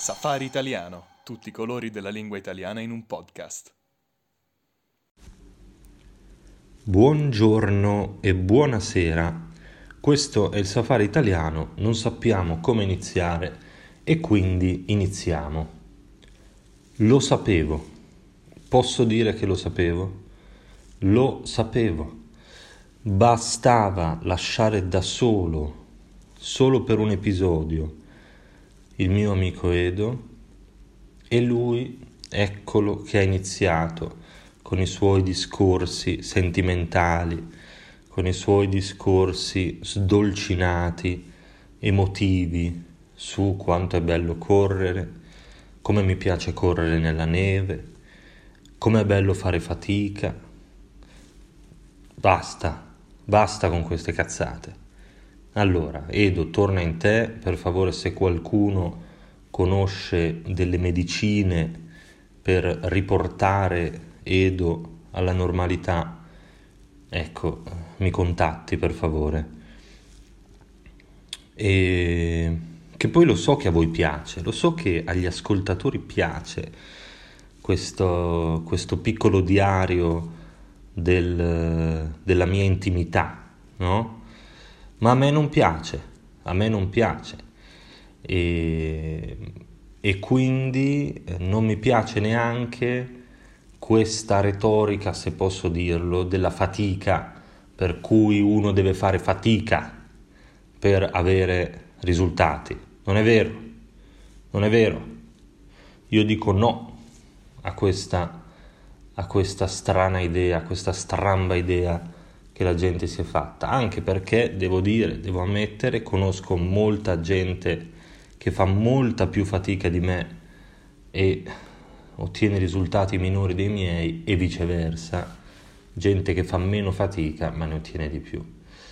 Safari Italiano, tutti i colori della lingua italiana in un podcast. Buongiorno e buonasera, questo è il Safari Italiano, non sappiamo come iniziare e quindi iniziamo. Lo sapevo, posso dire che lo sapevo? Lo sapevo, bastava lasciare da solo per un episodio, il mio amico Edo e lui, eccolo che ha iniziato con i suoi discorsi sentimentali, con i suoi discorsi sdolcinati, emotivi su quanto è bello correre, come mi piace correre nella neve, come è bello fare fatica. Basta con queste cazzate. Allora, Edo, torna in te, per favore, se qualcuno conosce delle medicine per riportare Edo alla normalità, ecco, mi contatti per favore. E che poi lo so che a voi piace, lo so che agli ascoltatori piace questo piccolo diario della mia intimità, no? Ma a me non piace e quindi non mi piace neanche questa retorica, se posso dirlo, della fatica, per cui uno deve fare fatica per avere risultati. Non è vero. Io dico no a questa strana idea, a questa stramba idea che la gente si è fatta, anche perché devo ammettere, conosco molta gente che fa molta più fatica di me e ottiene risultati minori dei miei e viceversa, gente che fa meno fatica ma ne ottiene di più.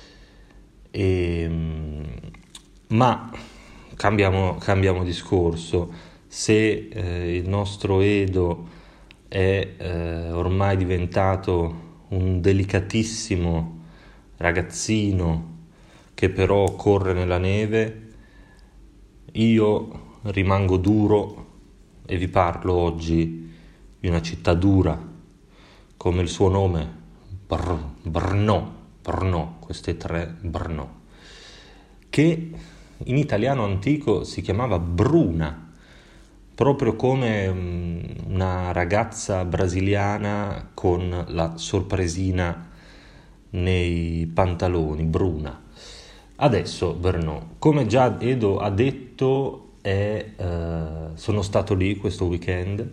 Ma cambiamo discorso. Se il nostro Edo è ormai diventato un delicatissimo ragazzino che però corre nella neve, io rimango duro e vi parlo oggi di una città dura, come il suo nome, Brno, queste tre Brno, che in italiano antico si chiamava Bruna, proprio come una ragazza brasiliana con la sorpresina nei pantaloni, Bruna. Adesso Brno, come già Edo ha detto, sono stato lì questo weekend,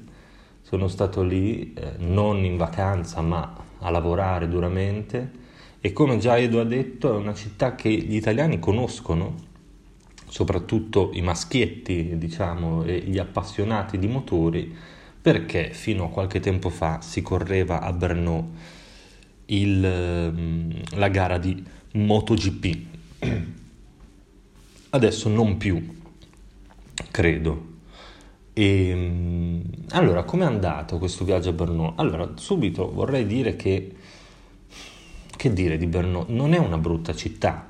non in vacanza ma a lavorare duramente, e come già Edo ha detto è una città che gli italiani conoscono, soprattutto i maschietti, diciamo, e gli appassionati di motori, perché fino a qualche tempo fa si correva a Brno la gara di MotoGP. Adesso non più, credo. E allora, com'è andato questo viaggio a Brno? Allora, subito vorrei dire che dire di Brno? Non è una brutta città.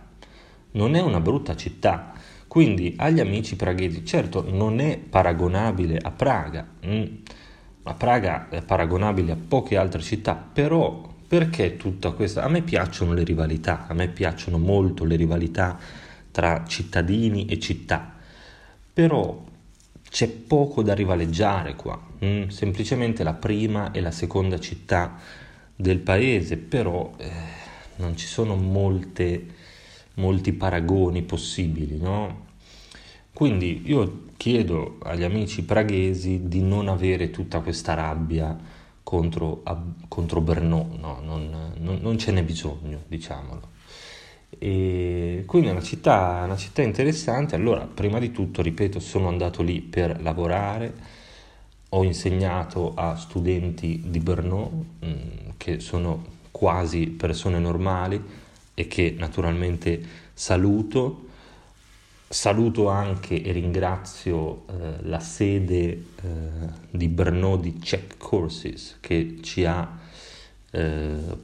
Quindi agli amici praghesi, certo non è paragonabile a Praga, ma Praga è paragonabile a poche altre città, però perché tutta questa? A me piacciono molto le rivalità tra cittadini e città, però c'è poco da rivaleggiare qua, semplicemente la prima e la seconda città del paese, però non ci sono molti paragoni possibili, no? Quindi io chiedo agli amici praghesi di non avere tutta questa rabbia contro Brno, no? Non ce n'è bisogno, diciamolo. E quindi è una città interessante. Allora, prima di tutto, ripeto, sono andato lì per lavorare, ho insegnato a studenti di Brno, che sono quasi persone normali e che naturalmente saluto anche e ringrazio la sede di Brno di Czech Courses che ci ha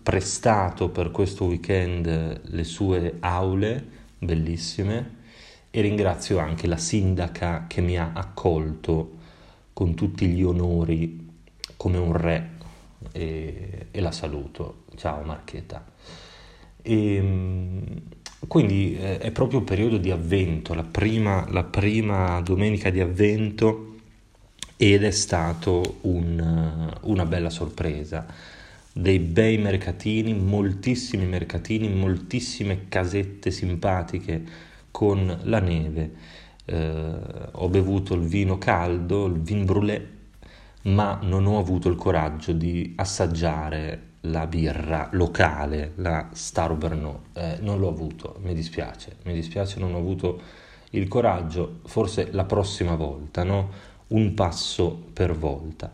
prestato per questo weekend le sue aule bellissime e ringrazio anche la sindaca che mi ha accolto con tutti gli onori come un re e la saluto. Ciao Marchetta. Quindi è proprio il periodo di Avvento, la prima domenica di Avvento, ed è stato una bella sorpresa. Dei bei mercatini, moltissime casette simpatiche con la neve. Ho bevuto il vino caldo, il vin brûlé, ma non ho avuto il coraggio di assaggiare la birra locale, la Star Brno. Non l'ho avuto, mi dispiace, non ho avuto il coraggio, forse la prossima volta, no? Un passo per volta.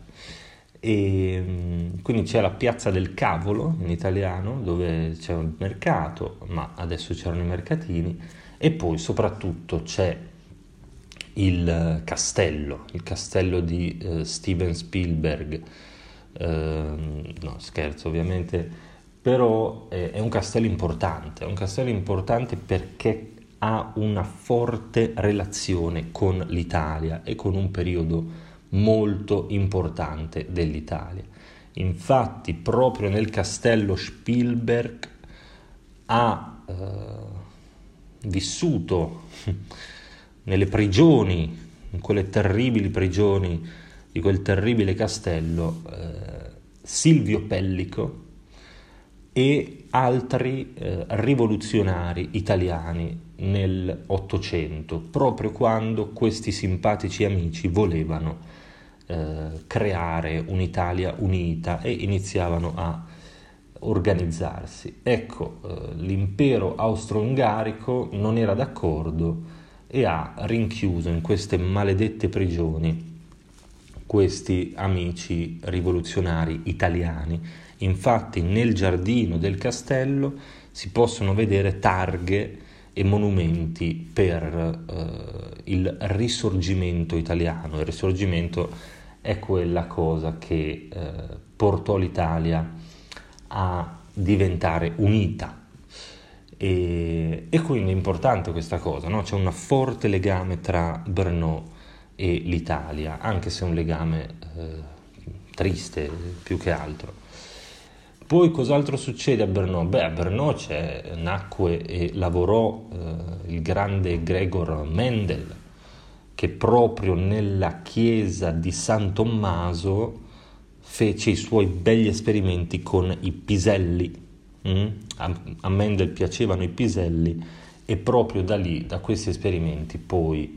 E quindi c'è la piazza del cavolo in italiano, dove c'è un mercato, ma adesso c'erano i mercatini, e poi soprattutto c'è il castello di Steven Spielberg. No, scherzo ovviamente, però è un castello importante perché ha una forte relazione con l'Italia e con un periodo molto importante dell'Italia. Infatti, proprio nel castello Spielberg ha vissuto nelle prigioni, in quelle terribili prigioni di quel terribile castello, Silvio Pellico e altri rivoluzionari italiani nel Ottocento, proprio quando questi simpatici amici volevano creare un'Italia unita e iniziavano a organizzarsi. Ecco, l'impero austro-ungarico non era d'accordo e ha rinchiuso in queste maledette prigioni questi amici rivoluzionari italiani. Infatti nel giardino del castello si possono vedere targhe e monumenti per il risorgimento italiano. Il risorgimento è quella cosa che portò l'Italia a diventare unita. E quindi è importante questa cosa, no? C'è un forte legame tra Brno e l'Italia, anche se è un legame triste più che altro. Poi cos'altro succede a Brno? Beh, a Brno nacque e lavorò il grande Gregor Mendel, che proprio nella chiesa di San Tommaso fece i suoi begli esperimenti con i piselli. A Mendel piacevano i piselli e proprio da lì, da questi esperimenti, poi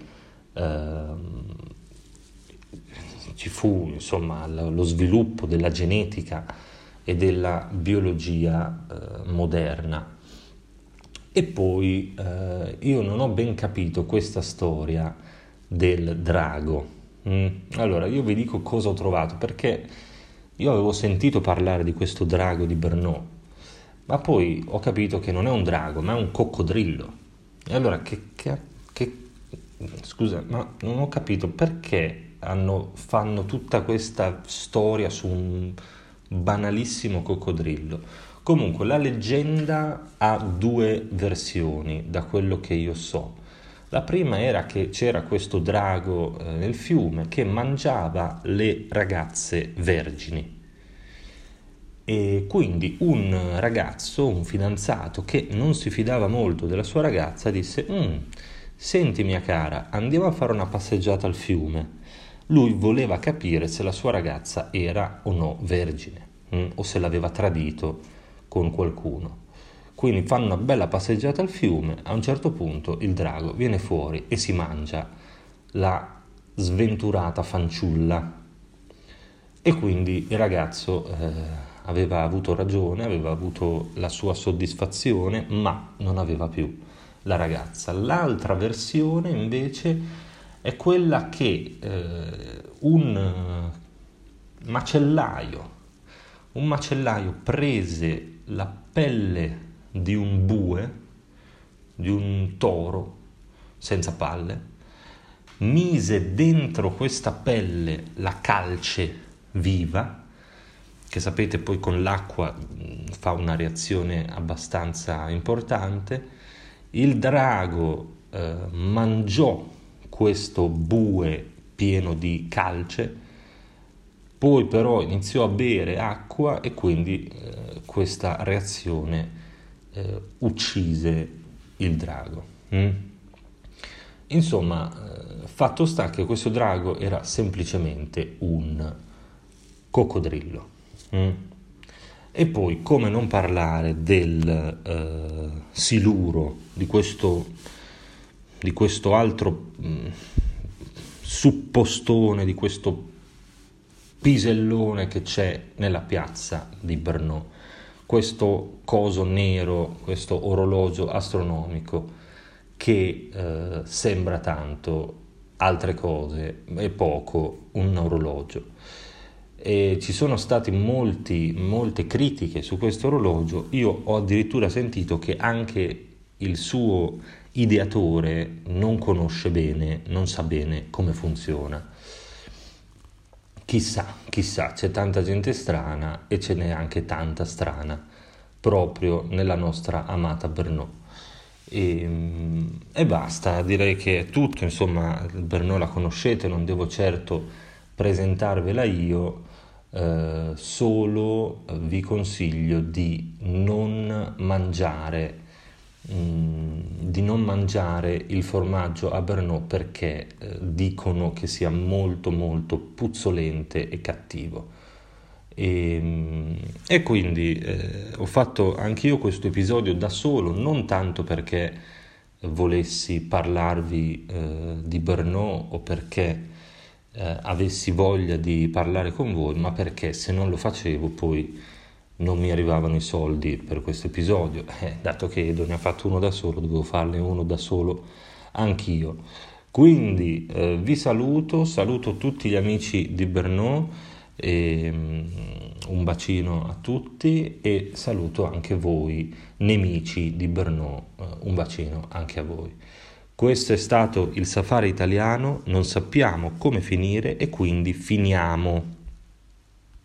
ci fu insomma lo sviluppo della genetica e della biologia moderna. E poi io non ho ben capito questa storia del drago. Allora, io vi dico cosa ho trovato, perché io avevo sentito parlare di questo drago di Brno, ma poi ho capito che non è un drago, ma è un coccodrillo. E allora, scusa, ma non ho capito perché fanno tutta questa storia su un banalissimo coccodrillo. Comunque, la leggenda ha due versioni, da quello che io so. La prima era che c'era questo drago nel fiume che mangiava le ragazze vergini. E quindi un ragazzo, un fidanzato che non si fidava molto della sua ragazza, disse: senti mia cara, andiamo a fare una passeggiata al fiume. Lui voleva capire se la sua ragazza era o no vergine, o se l'aveva tradito con qualcuno. Quindi fanno una bella passeggiata al fiume. A un certo punto il drago viene fuori e si mangia la sventurata fanciulla. E quindi il ragazzo aveva avuto ragione, aveva avuto la sua soddisfazione, ma non aveva più la ragazza. L'altra versione invece è quella che un macellaio prese la pelle di un bue, di un toro senza palle, mise dentro questa pelle la calce viva, che sapete poi con l'acqua fa una reazione abbastanza importante. Il drago mangiò questo bue pieno di calce, poi però iniziò a bere acqua e quindi questa reazione uccise il drago. Insomma, fatto sta che questo drago era semplicemente un coccodrillo. E poi, come non parlare del siluro, di questo altro suppostone, di questo pisellone che c'è nella piazza di Brno, questo coso nero, questo orologio astronomico che sembra tanto, altre cose e poco un orologio. E ci sono state molte critiche su questo orologio. Io ho addirittura sentito che anche il suo ideatore non conosce bene, non sa bene come funziona. Chissà, c'è tanta gente strana e ce n'è anche tanta strana proprio nella nostra amata Brno. E basta, direi che è tutto. Insomma, Brno la conoscete, non devo certo presentarvela io, solo vi consiglio di non mangiare il formaggio a Brno, perché dicono che sia molto molto puzzolente e cattivo. E quindi ho fatto anch'io questo episodio da solo, non tanto perché volessi parlarvi di Brno o perché avessi voglia di parlare con voi, ma perché se non lo facevo poi non mi arrivavano i soldi per questo episodio. Dato che Edo ne ha fatto uno da solo, dovevo farne uno da solo anch'io. Quindi vi saluto tutti gli amici di Brno, e un bacino a tutti, e saluto anche voi nemici di Brno, un bacino anche a voi. Questo è stato il Safari Italiano, non sappiamo come finire e quindi finiamo.